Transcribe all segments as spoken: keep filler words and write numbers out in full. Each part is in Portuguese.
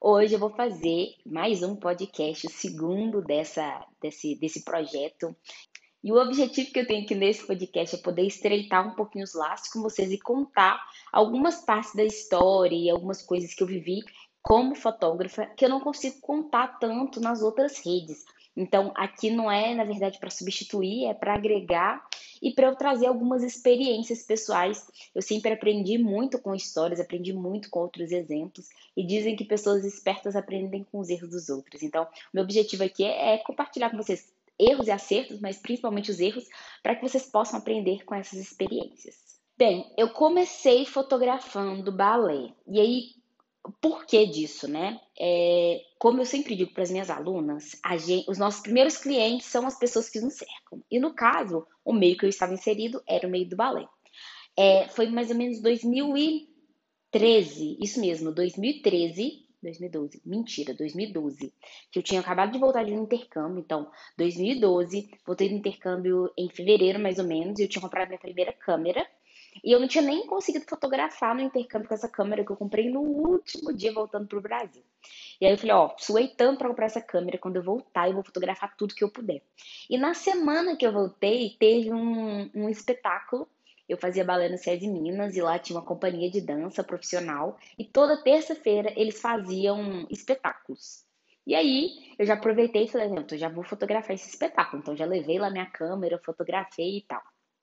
Hoje eu vou fazer mais um podcast, o segundo dessa, desse, desse projeto. E o objetivo que eu tenho aqui nesse podcast é poder estreitar um pouquinho os laços com vocês e contar algumas partes da história e algumas coisas que eu vivi como fotógrafa que eu não consigo contar tanto nas outras redes. Então, aqui não é, na verdade, para substituir, é para agregar e para eu trazer algumas experiências pessoais. Eu sempre aprendi muito com histórias, aprendi muito com outros exemplos e dizem que pessoas espertas aprendem com os erros dos outros. Então, meu objetivo aqui é, é compartilhar com vocês erros e acertos, mas principalmente os erros, para que vocês possam aprender com essas experiências. Bem, eu comecei fotografando balé. E aí, por que disso, né? É, como eu sempre digo para as minhas alunas, a gente, os nossos primeiros clientes são as pessoas que nos cercam. E no caso, o meio que eu estava inserido era o meio do balé. É, foi mais ou menos dois mil e treze, isso mesmo, dois mil e treze, dois mil e doze, mentira, dois mil e doze, que eu tinha acabado de voltar de um intercâmbio, então, dois mil e doze, voltei do intercâmbio em fevereiro, mais ou menos, e eu tinha comprado minha primeira câmera, e eu não tinha nem conseguido fotografar no intercâmbio com essa câmera que eu comprei no último dia voltando pro Brasil. E aí eu falei, ó, suei tanto para comprar essa câmera, quando eu voltar eu vou fotografar tudo que eu puder. E na semana que eu voltei, teve um, um espetáculo. Eu fazia balé no SESI Minas e lá tinha uma companhia de dança profissional e toda terça-feira eles faziam espetáculos. E aí eu já aproveitei e falei, não, então eu já vou fotografar esse espetáculo. Então já levei lá minha câmera, fotografei e tal.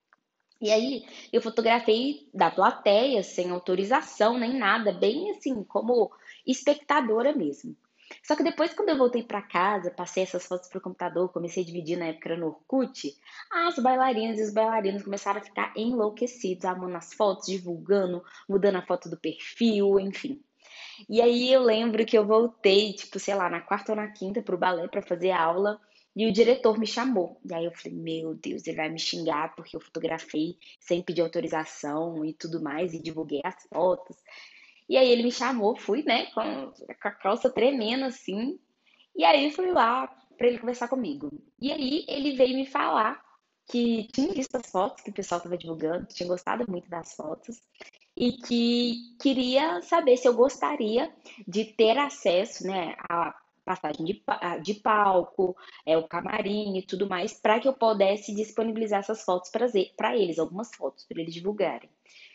E aí eu fotografei da plateia, sem autorização nem nada, bem assim, como espectadora mesmo. Só que depois, quando eu voltei para casa, passei essas fotos pro computador, comecei a dividir na época no Orkut, as bailarinas e os bailarinos começaram a ficar enlouquecidos, amando as fotos, divulgando, mudando a foto do perfil, enfim. E aí eu lembro que eu voltei, tipo, sei lá, na quarta ou na quinta pro balé para fazer aula. E o diretor me chamou. E aí eu falei, meu Deus, ele vai me xingar porque eu fotografei sem pedir autorização e tudo mais, e divulguei as fotos. E aí ele me chamou, fui, né, com, com a calça tremendo assim. E aí eu fui lá para ele conversar comigo. E aí ele veio me falar que tinha visto as fotos que o pessoal estava divulgando, que tinha gostado muito das fotos e que queria saber se eu gostaria de ter acesso, né, à passagem de, pa- de palco, é, o camarim e tudo mais, para que eu pudesse disponibilizar essas fotos para eles, algumas fotos para eles divulgarem.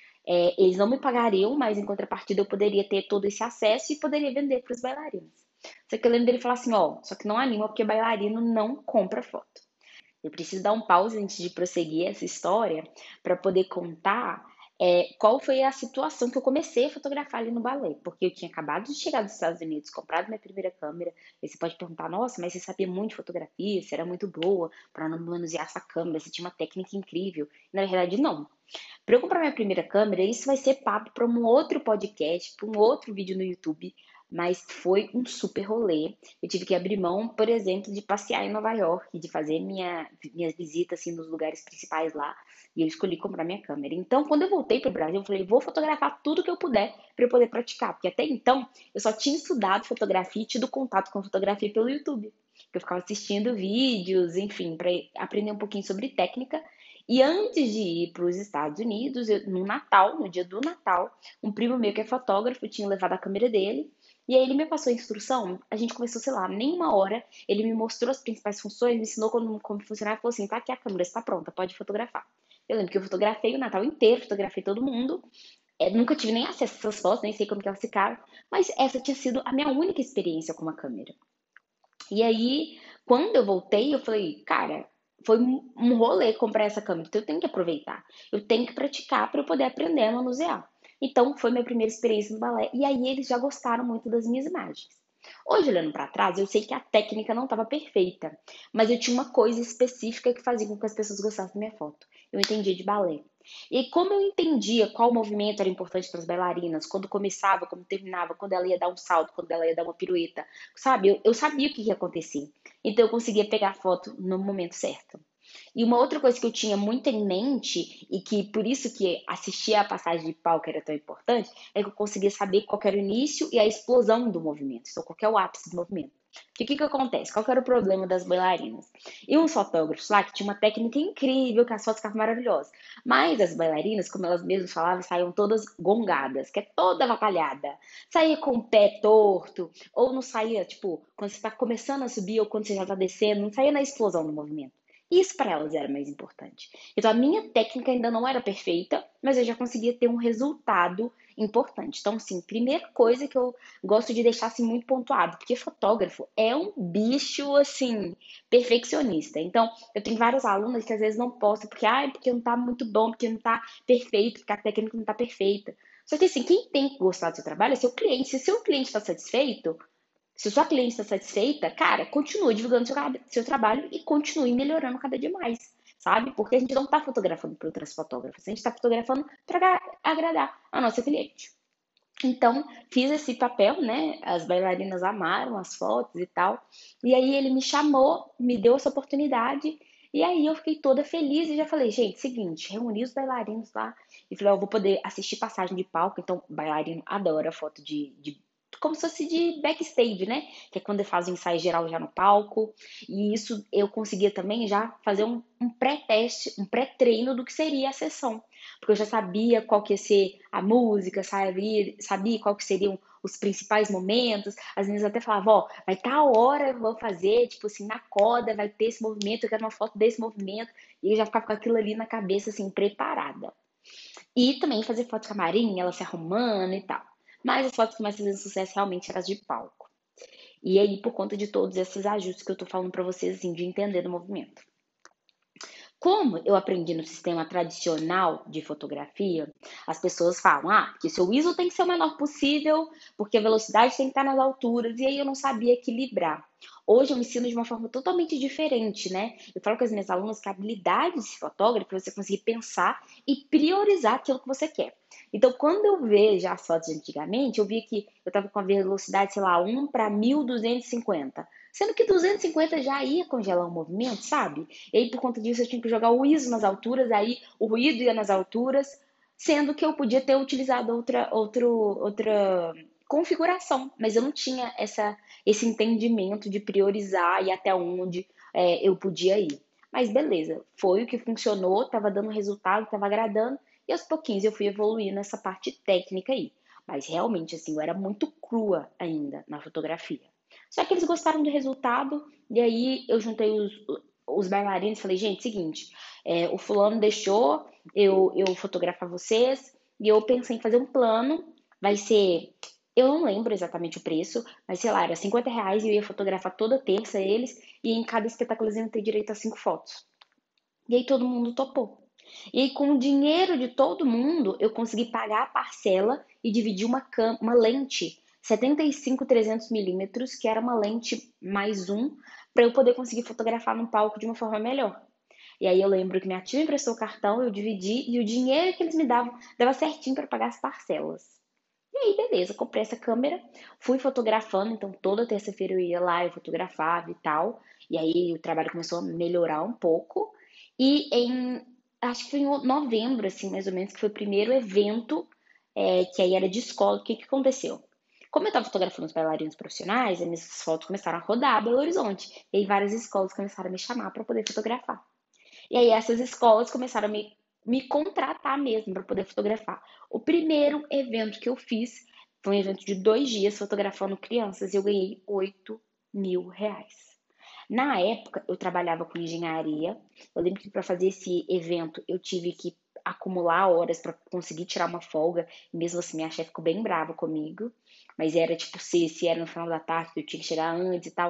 É, eles não me pagariam, mas em contrapartida eu poderia ter todo esse acesso e poderia vender para os bailarinos. Só que eu lembro dele falar assim, ó, só que não anima porque bailarino não compra foto. Eu preciso dar um pause antes de prosseguir essa história para poder contar é, qual foi a situação que eu comecei a fotografar ali no balé. Porque eu tinha acabado de chegar dos Estados Unidos, comprado minha primeira câmera. E você pode perguntar, nossa, mas você sabia muito de fotografia, você era muito boa para não manusear essa câmera, você tinha uma técnica incrível. Na verdade, não. Para eu comprar minha primeira câmera, isso vai ser papo para um outro podcast, para um outro vídeo no YouTube, mas foi um super rolê. Eu tive que abrir mão, por exemplo, de passear em Nova York, de fazer minha, minhas visitas assim, nos lugares principais lá, e eu escolhi comprar minha câmera. Então, quando eu voltei para o Brasil, eu falei, vou fotografar tudo que eu puder para eu poder praticar, porque até então eu só tinha estudado fotografia e tido contato com fotografia pelo YouTube. Eu ficava assistindo vídeos, enfim, para aprender um pouquinho sobre técnica. E antes de ir para os Estados Unidos, eu- no Natal, no dia do Natal, um primo meu que é fotógrafo tinha levado a câmera dele. E aí ele me passou a instrução, a gente começou, sei lá, nem uma hora, ele me mostrou as principais funções, me ensinou como, como funcionar e falou assim, tá aqui a câmera, está pronta, pode fotografar. Eu lembro que eu fotografei o Natal inteiro, fotografei todo mundo. É, nunca tive nem acesso a essas fotos, nem sei como que elas ficaram, mas essa tinha sido a minha única experiência com uma câmera. E aí, quando eu voltei, eu falei, cara, foi um um rolê comprar essa câmera, então eu tenho que aproveitar. Eu tenho que praticar para eu poder aprender a manusear. Então, foi minha primeira experiência no balé. E aí, eles já gostaram muito das minhas imagens. Hoje, olhando para trás, eu sei que a técnica não estava perfeita, mas eu tinha uma coisa específica que fazia com que as pessoas gostassem da minha foto. Eu entendia de balé. E aí, como eu entendia qual movimento era importante para as bailarinas, quando começava, quando terminava, quando ela ia dar um salto, quando ela ia dar uma pirueta, sabe? Eu, eu sabia o que ia acontecer. Então eu conseguia pegar a foto no momento certo. E uma outra coisa que eu tinha muito em mente, e que por isso que assistir a passagem de palco era tão importante, é que eu conseguia saber qual que era o início e a explosão do movimento, então qual que é o ápice do movimento. Porque o que que acontece? Qual que era o problema das bailarinas? E uns fotógrafos lá que tinham uma técnica incrível, que as fotos ficavam maravilhosas. Mas as bailarinas, como elas mesmas falavam, saíam todas gongadas, que é toda avacalhada. Saía com o pé torto, ou não saía, tipo, quando você está começando a subir ou quando você já está descendo, não saía na explosão do movimento. Isso para elas era mais importante. Então a minha técnica ainda não era perfeita, mas eu já conseguia ter um resultado importante. Então, assim, primeira coisa que eu gosto de deixar assim muito pontuado, porque fotógrafo é um bicho assim perfeccionista. Então, eu tenho várias alunas que às vezes não postam porque ah, porque não tá muito bom, porque não tá perfeito, porque a técnica não tá perfeita. Só que assim, quem tem que gostar do seu trabalho é seu cliente. Se o seu cliente está satisfeito, se sua cliente está satisfeita, cara, continue divulgando seu, seu trabalho e continue melhorando cada dia mais, sabe? Porque a gente não está fotografando para outras fotógrafas, a gente está fotografando para agradar a nossa cliente. Então, fiz esse papel, né? As bailarinas amaram as fotos e tal. E aí ele me chamou, me deu essa oportunidade. E aí eu fiquei toda feliz e já falei, gente, seguinte, reuni os bailarinos lá e falei, ó, eu vou poder assistir passagem de palco. Então, bailarino adora foto de, de como se fosse de backstage, né? Que é quando faz o ensaio geral já no palco. E isso eu conseguia também já fazer um, um pré-teste, um pré-treino do que seria a sessão. Porque eu já sabia qual que ia ser a música, sabia, sabia qual que seriam os principais momentos. Às vezes até falava, ó, vai estar a hora, eu vou fazer, tipo assim, na corda, vai ter esse movimento, eu quero uma foto desse movimento. E eu já ficava com aquilo ali na cabeça, assim, preparada. E também fazer foto de camarim, ela se arrumando e tal. Mas as fotos que mais faziam sucesso realmente eram as de palco. E aí, por conta de todos esses ajustes que eu tô falando pra vocês, assim, de entender do movimento. Como eu aprendi no sistema tradicional de fotografia, as pessoas falam, ah, que seu I S O tem que ser o menor possível, porque a velocidade tem que estar nas alturas, e aí eu não sabia equilibrar. Hoje eu ensino de uma forma totalmente diferente, né? Eu falo com as minhas alunas que a habilidade de ser fotógrafo é você conseguir pensar e priorizar aquilo que você quer. Então, quando eu vejo as fotos de antigamente, eu vi que eu estava com a velocidade, sei lá, um para mil duzentos e cinquenta. Sendo que duzentos e cinquenta já ia congelar o movimento, sabe? E aí, por conta disso, eu tinha que jogar o I S O nas alturas, aí o ruído ia nas alturas, sendo que eu podia ter utilizado outra, outro, outra configuração, mas eu não tinha essa, esse entendimento de priorizar e até onde é, eu podia ir. Mas beleza, foi o que funcionou, estava dando resultado, estava agradando, e aos pouquinhos eu fui evoluindo nessa parte técnica aí. Mas realmente, assim, eu era muito crua ainda na fotografia. Só que eles gostaram do resultado, e aí eu juntei os, os bailarinos e falei, gente, seguinte, é, o fulano deixou eu, eu fotografar vocês, e eu pensei em fazer um plano, vai ser, eu não lembro exatamente o preço, mas sei lá, era cinquenta reais e eu ia fotografar toda terça eles, e em cada espetáculo eles iam ter direito a cinco fotos. E aí todo mundo topou. E aí, com o dinheiro de todo mundo, eu consegui pagar a parcela e dividir uma, cam- uma lente setenta e cinco trezentos milímetros, que era uma lente mais um, para eu poder conseguir fotografar no palco de uma forma melhor. E aí eu lembro que minha tia me emprestou o cartão, eu dividi e o dinheiro que eles me davam dava certinho para pagar as parcelas. E aí, beleza, comprei essa câmera, fui fotografando, então toda terça-feira eu ia lá, eu fotografava e tal. E aí o trabalho começou a melhorar um pouco. E em, acho que foi em novembro, assim, mais ou menos, que foi o primeiro evento, é, que aí era de escola. O que que aconteceu? Como eu estava fotografando os bailarinos profissionais, as minhas fotos começaram a rodar Belo Horizonte. E aí várias escolas começaram a me chamar para poder fotografar. E aí essas escolas começaram a me, me contratar mesmo para poder fotografar. O primeiro evento que eu fiz foi um evento de dois dias fotografando crianças e eu ganhei oito mil reais. Na época, eu trabalhava com engenharia. Eu lembro que para fazer esse evento eu tive que acumular horas para conseguir tirar uma folga. E mesmo assim, minha chefe ficou bem brava comigo. Mas era tipo, se, se era no final da tarde, eu tinha que chegar antes e tal.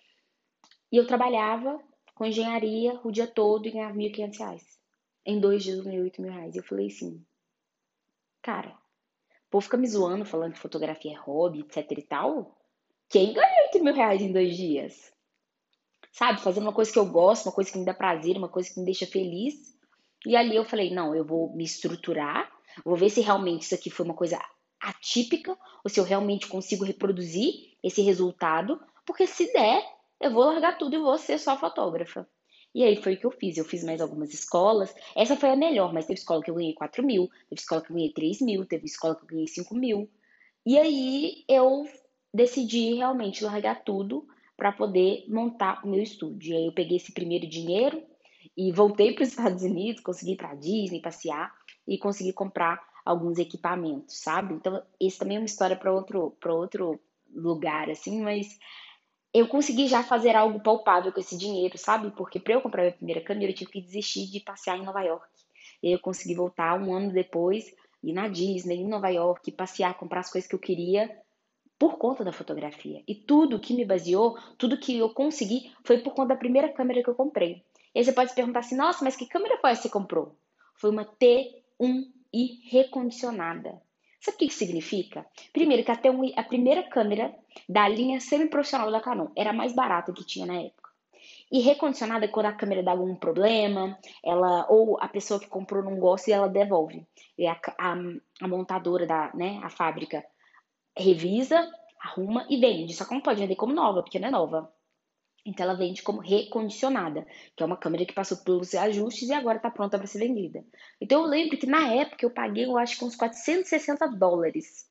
E eu trabalhava com engenharia o dia todo e ganhava mil e quinhentos reais. Em dois dias eu ganhei oito mil reais. E eu falei assim, cara, o povo fica me zoando, falando que fotografia é hobby, etc e tal. Quem ganha oito mil reais em dois dias? Sabe? Fazendo uma coisa que eu gosto, uma coisa que me dá prazer, uma coisa que me deixa feliz. E ali eu falei, não, eu vou me estruturar, vou ver se realmente isso aqui foi uma coisa atípica, ou se eu realmente consigo reproduzir esse resultado, porque se der, eu vou largar tudo e vou ser só fotógrafa. E aí foi o que eu fiz. Eu fiz mais algumas escolas. Essa foi a melhor, mas teve escola que eu ganhei quatro mil, teve escola que eu ganhei três mil, teve escola que eu ganhei cinco mil. E aí eu decidi realmente largar tudo para poder montar o meu estúdio. E aí eu peguei esse primeiro dinheiro e voltei para os Estados Unidos, consegui ir para Disney passear e consegui comprar alguns equipamentos, sabe? Então, esse também é uma história para outro, para outro lugar, assim, mas eu consegui já fazer algo palpável com esse dinheiro, sabe? Porque para eu comprar minha primeira câmera, eu tive que desistir de passear em Nova York. E aí eu consegui voltar um ano depois, ir na Disney, em Nova York, passear, comprar as coisas que eu queria por conta da fotografia. E tudo que me baseou, tudo que eu consegui, foi por conta da primeira câmera que eu comprei. E aí você pode se perguntar assim, nossa, mas que câmera foi essa que você comprou? Foi uma T um i recondicionada. Sabe o que isso significa? Primeiro, que a T um i, a primeira câmera da linha semi-profissional da Canon, era a mais barata que tinha na época. E recondicionada é quando a câmera dá algum problema, ela ou a pessoa que comprou não gosta e ela devolve. E a, a, a montadora da, né, a fábrica revisa, arruma e vende. Só que não pode vender como nova, porque não é nova. Então ela vende como recondicionada, que é uma câmera que passou pelos ajustes e agora está pronta para ser vendida. Então eu lembro que na época eu paguei, eu acho que uns quatrocentos e sessenta dólares.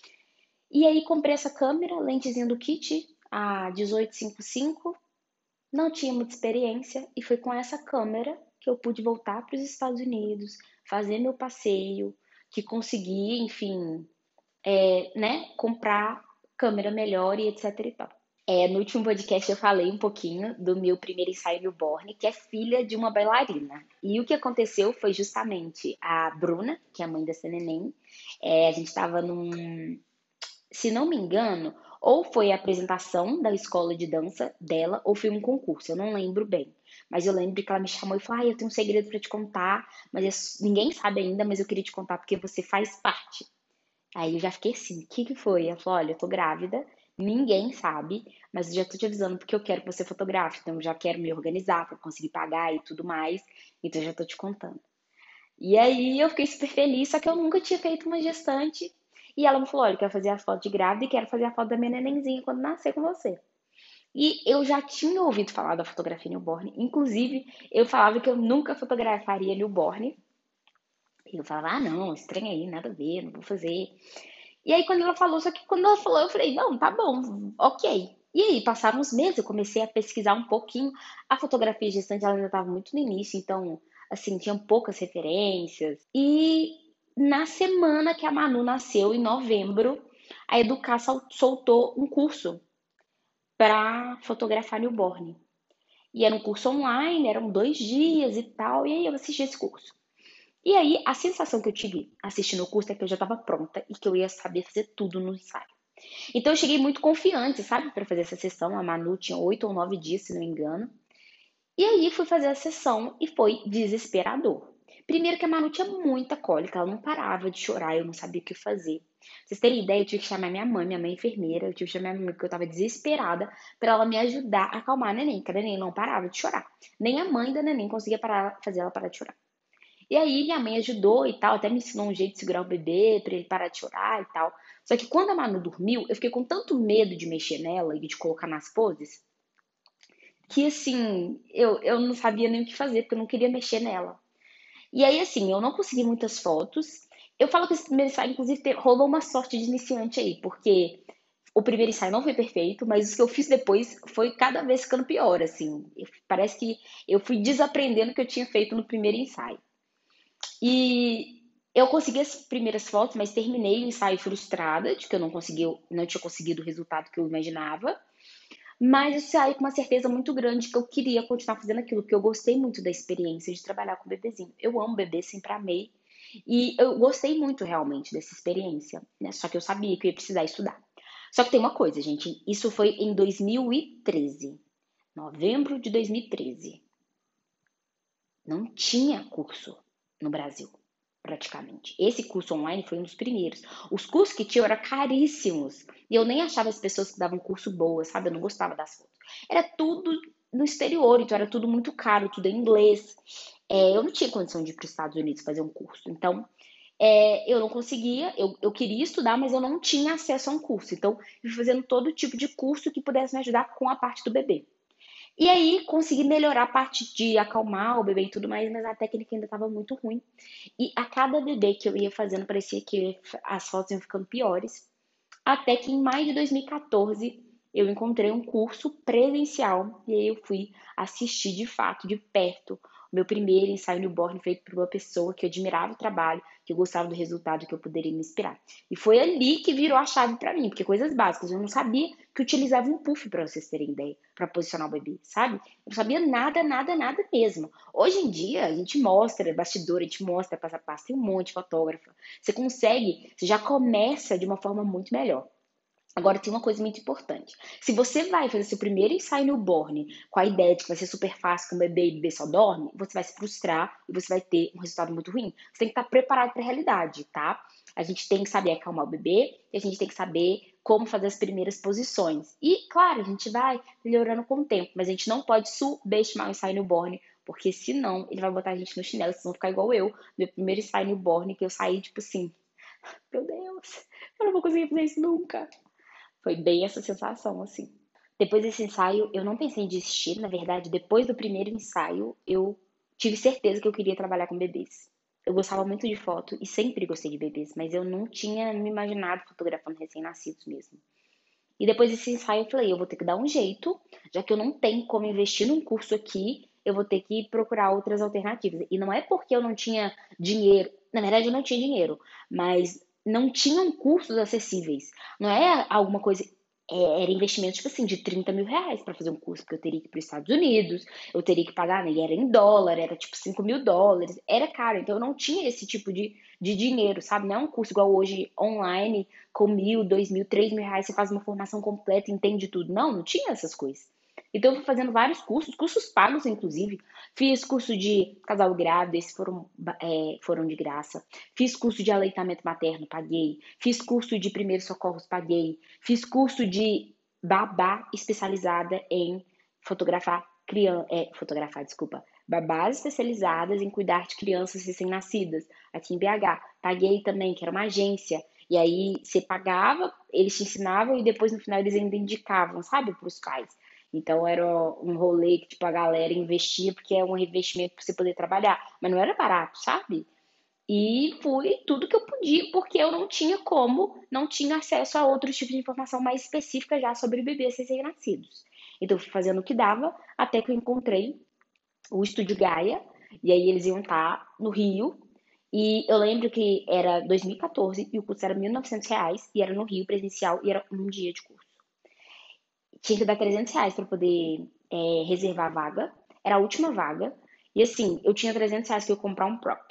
E aí comprei essa câmera, lentezinha do kit, a dezoito cinquenta e cinco. Não tinha muita experiência e foi com essa câmera que eu pude voltar para os Estados Unidos, fazer meu passeio, que consegui, enfim, é, né, comprar câmera melhor e etc e tal. É, no último podcast eu falei um pouquinho do meu primeiro ensaio newborn, que é filha de uma bailarina. E o que aconteceu foi justamente a Bruna, que é a mãe dessa neném, é, a gente estava num, se não me engano, ou foi a apresentação da escola de dança dela, ou foi um concurso, eu não lembro bem. Mas eu lembro que ela me chamou e falou: ah, eu tenho um segredo para te contar, mas eu- ninguém sabe ainda, mas eu queria te contar porque você faz parte. Aí eu já fiquei assim, o que que foi? Ela falou, olha, eu tô grávida, ninguém sabe, mas eu já tô te avisando porque eu quero que você fotografe, então eu já quero me organizar para conseguir pagar e tudo mais, então eu já tô te contando. E aí eu fiquei super feliz, só que eu nunca tinha feito uma gestante. E ela me falou, olha, eu quero fazer a foto de grávida e quero fazer a foto da minha nenenzinha quando nascer com você. E eu já tinha ouvido falar da fotografia newborn, inclusive eu falava que eu nunca fotografaria newborn. E eu falava, ah não, estranho aí, nada a ver, não vou fazer. E aí, quando ela falou, só que quando ela falou, eu falei, não, tá bom, ok. E aí, passaram uns meses, eu comecei a pesquisar um pouquinho. A fotografia gestante, ela ainda estava muito no início, então, assim, tinha poucas referências. E na semana que a Manu nasceu, em novembro, a Educar sol- soltou um curso para fotografar newborn. E era um curso online, eram dois dias e tal, e aí eu assisti esse curso. E aí, a sensação que eu tive assistindo o curso é que eu já estava pronta e que eu ia saber fazer tudo no ensaio. Então eu cheguei muito confiante, sabe, para fazer essa sessão. A Manu tinha oito ou nove dias, se não me engano. E aí fui fazer a sessão e foi desesperador. Primeiro que a Manu tinha muita cólica, ela não parava de chorar, eu não sabia o que fazer. Pra vocês terem ideia, eu tive que chamar minha mãe, minha mãe é enfermeira, eu tive que chamar minha mãe porque eu tava desesperada para ela me ajudar a acalmar a neném, porque a neném não parava de chorar. Nem a mãe da neném conseguia parar, fazer ela parar de chorar. E aí minha mãe ajudou e tal, até me ensinou um jeito de segurar o bebê para ele parar de chorar e tal. Só que quando a Manu dormiu, eu fiquei com tanto medo de mexer nela e de colocar nas poses, que assim, eu, eu não sabia nem o que fazer, porque eu não queria mexer nela. E aí, assim, eu não consegui muitas fotos. Eu falo que esse primeiro ensaio, inclusive, te- rolou uma sorte de iniciante aí, porque o primeiro ensaio não foi perfeito, mas o que eu fiz depois foi cada vez ficando pior, assim. Parece que eu fui desaprendendo o que eu tinha feito no primeiro ensaio. E eu consegui as primeiras fotos, mas terminei o ensaio frustrada de que eu não consegui, não tinha conseguido o resultado que eu imaginava. Mas eu saí com uma certeza muito grande que eu queria continuar fazendo aquilo, porque eu gostei muito da experiência de trabalhar com bebezinho. Eu amo bebê, sempre amei. E eu gostei muito realmente dessa experiência, né? Só que eu sabia que eu ia precisar estudar. Só que tem uma coisa, gente, isso foi em dois mil e treze, novembro de dois mil e treze. Não tinha curso no Brasil, praticamente. Esse curso online foi um dos primeiros. Os cursos que tinham eram caríssimos. E eu nem achava as pessoas que davam curso boas, sabe? Eu não gostava das fotos. Era tudo no exterior, então era tudo muito caro, tudo em inglês. É, eu não tinha condição de ir para os Estados Unidos fazer um curso. Então, é, eu não conseguia, eu, eu queria estudar, mas eu não tinha acesso a um curso. Então, eu fui fazendo todo tipo de curso que pudesse me ajudar com a parte do bebê. E aí consegui melhorar a parte de acalmar o bebê e tudo mais, mas a técnica ainda estava muito ruim. E a cada bebê que eu ia fazendo, parecia que as fotos iam ficando piores. Até que em maio de dois mil e quatorze eu encontrei um curso presencial e aí eu fui assistir de fato, de perto, o meu primeiro ensaio newborn feito por uma pessoa que eu admirava o trabalho, que eu gostava do resultado, que eu poderia me inspirar. E foi ali que virou a chave para mim, porque coisas básicas, eu não sabia que utilizava um puff para vocês terem ideia, para posicionar o bebê, sabe? Eu não sabia nada, nada, nada mesmo. Hoje em dia a gente mostra bastidor, a gente mostra passo a passo, tem um monte de fotógrafo. Você consegue, você já começa de uma forma muito melhor. Agora tem uma coisa muito importante. Se você vai fazer seu primeiro ensaio newborn com a ideia de que vai ser super fácil com o bebê e o bebê só dorme, você vai se frustrar e você vai ter um resultado muito ruim. Você tem que estar preparado para a realidade, tá? A gente tem que saber acalmar o bebê e a gente tem que saber como fazer as primeiras posições. E, claro, a gente vai melhorando com o tempo, mas a gente não pode subestimar o ensaio newborn, porque senão ele vai botar a gente no chinelo, vocês vão ficar igual eu, meu primeiro ensaio newborn, que eu saí tipo assim, meu Deus, eu não vou conseguir fazer isso nunca. Foi bem essa sensação, assim. Depois desse ensaio, eu não pensei em desistir. Na verdade, depois do primeiro ensaio, eu tive certeza que eu queria trabalhar com bebês. Eu gostava muito de foto e sempre gostei de bebês, mas eu não tinha me imaginado fotografando recém-nascidos mesmo. E depois desse ensaio, eu falei: eu vou ter que dar um jeito, já que eu não tenho como investir num curso aqui, eu vou ter que procurar outras alternativas. E não é porque eu não tinha dinheiro, na verdade, eu não tinha dinheiro, mas não tinham cursos acessíveis. Não é alguma coisa. é, Era investimento, tipo assim, de trinta mil reais para fazer um curso, porque eu teria que ir para os Estados Unidos, eu teria que pagar, né? E era em dólar, era tipo cinco mil dólares, era caro, então eu não tinha esse tipo de, de dinheiro, sabe? Não é um curso igual hoje online, com mil, dois mil, três mil reais, você faz uma formação completa, entende tudo. Não, não tinha essas coisas. Então eu fui fazendo vários cursos, cursos pagos, inclusive. Fiz curso de casal grávido, esses foram, é, foram de graça. Fiz curso de aleitamento materno, paguei. Fiz curso de primeiros socorros, paguei. Fiz curso de babá especializada em fotografar criança, é, fotografar, desculpa, babás especializadas em cuidar de crianças recém-nascidas, aqui em B H. Paguei também, que era uma agência. E aí você pagava, eles te ensinavam e depois no final eles ainda indicavam, sabe, para os pais. Então era um rolê que tipo, a galera investia porque é um investimento para você poder trabalhar. Mas não era barato, sabe? E fui tudo que eu podia, porque eu não tinha como, não tinha acesso a outros tipos de informação mais específica já sobre bebês recém-nascidos. Então eu fui fazendo o que dava, até que eu encontrei o Estúdio Gaia, e aí eles iam estar no Rio. E eu lembro que era dois mil e quatorze e o curso era mil e novecentos reais, e era no Rio presencial, e era um dia de curso. Tinha que dar trezentos reais para poder é, reservar a vaga. Era a última vaga. E assim, eu tinha trezentos reais que eu ia comprar um prop.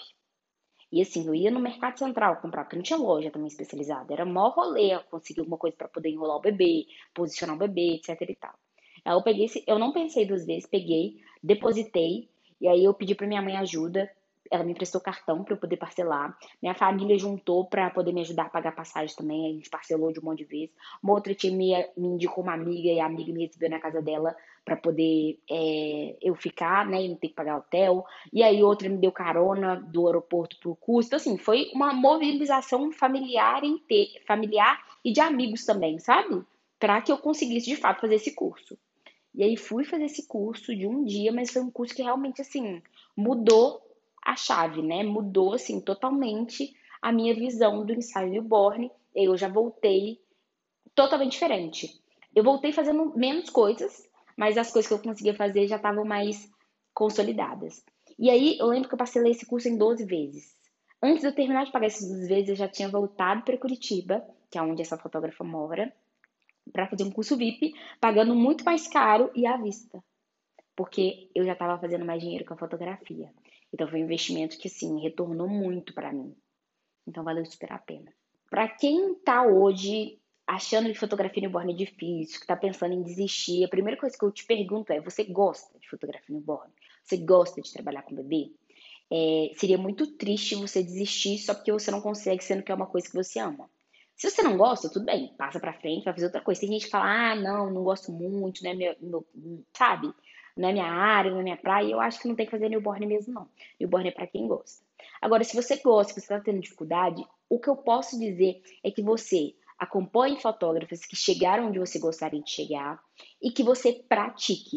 E assim, eu ia no Mercado Central comprar, porque não tinha loja também especializada. Era mó rolê conseguir alguma coisa para poder enrolar o bebê, posicionar o bebê, etc e tal. Aí eu peguei, esse, eu não pensei duas vezes, peguei, depositei, e aí eu pedi para minha mãe ajuda. Ela me emprestou cartão para eu poder parcelar. Minha família juntou para poder me ajudar a pagar passagem também. A gente parcelou de um monte de vezes. Uma outra tia me, me indicou uma amiga e a amiga me recebeu na casa dela para poder é, eu ficar, né? E não ter que pagar hotel. E aí outra me deu carona do aeroporto pro curso. Então, assim, foi uma mobilização familiar, inte- familiar e de amigos também, sabe? Para que eu conseguisse de fato fazer esse curso. E aí fui fazer esse curso de um dia, mas foi um curso que realmente assim mudou a chave, né? Mudou assim totalmente a minha visão do ensaio newborn. Eu já voltei totalmente diferente. Eu voltei fazendo menos coisas, mas as coisas que eu conseguia fazer já estavam mais consolidadas. E aí eu lembro que eu parcelei esse curso em doze vezes. Antes de eu terminar de pagar essas doze vezes, eu já tinha voltado para Curitiba, que é onde essa fotógrafa mora, para fazer um curso V I P, pagando muito mais caro e à vista, porque eu já estava fazendo mais dinheiro com a fotografia. Então foi um investimento que, assim, retornou muito para mim. Então valeu super a pena. Para quem tá hoje achando que fotografia newborn é difícil, que tá pensando em desistir, a primeira coisa que eu te pergunto é: você gosta de fotografia newborn? Você gosta de trabalhar com bebê? É, seria muito triste você desistir só porque você não consegue, sendo que é uma coisa que você ama. Se você não gosta, tudo bem, passa pra frente, vai fazer outra coisa. Tem gente que fala: ah, não, não gosto muito, não é meu, meu sabe? Não é minha área, não é minha praia. Eu acho que não tem que fazer newborn mesmo, não. Newborn é pra quem gosta. Agora, se você gosta, se você tá tendo dificuldade, o que eu posso dizer é que você acompanhe fotógrafos que chegaram onde você gostaria de chegar e que você pratique.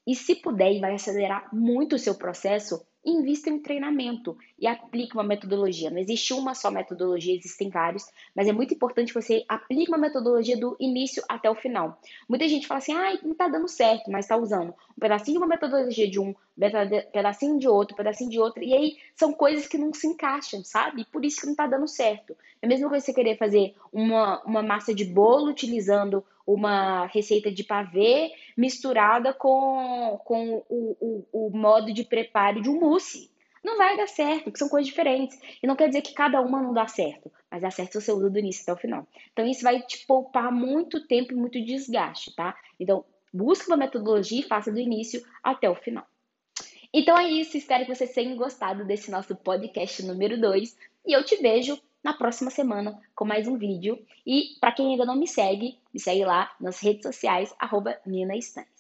E se puder e vai acelerar muito o seu processo, invista em treinamento e aplique uma metodologia. Não existe uma só metodologia, existem várias, mas é muito importante que você aplique uma metodologia do início até o final. Muita gente fala assim, ah, não está dando certo, mas está usando um pedacinho de uma metodologia de um, pedacinho de outro, pedacinho de outro, e aí são coisas que não se encaixam, sabe? Por isso que não está dando certo. É a mesma coisa que você querer fazer uma, uma massa de bolo utilizando uma receita de pavê misturada com, com o, o, o modo de preparo de um mousse. Não vai dar certo, porque são coisas diferentes. E não quer dizer que cada uma não dá certo, mas dá certo se você usa do início até o final. Então isso vai te poupar muito tempo e muito desgaste, tá? Então busca uma metodologia e faça do início até o final. Então é isso, espero que vocês tenham gostado desse nosso podcast número dois e eu te vejo na próxima semana com mais um vídeo. E para quem ainda não me segue, me segue lá nas redes sociais, arroba Nina Stanhes.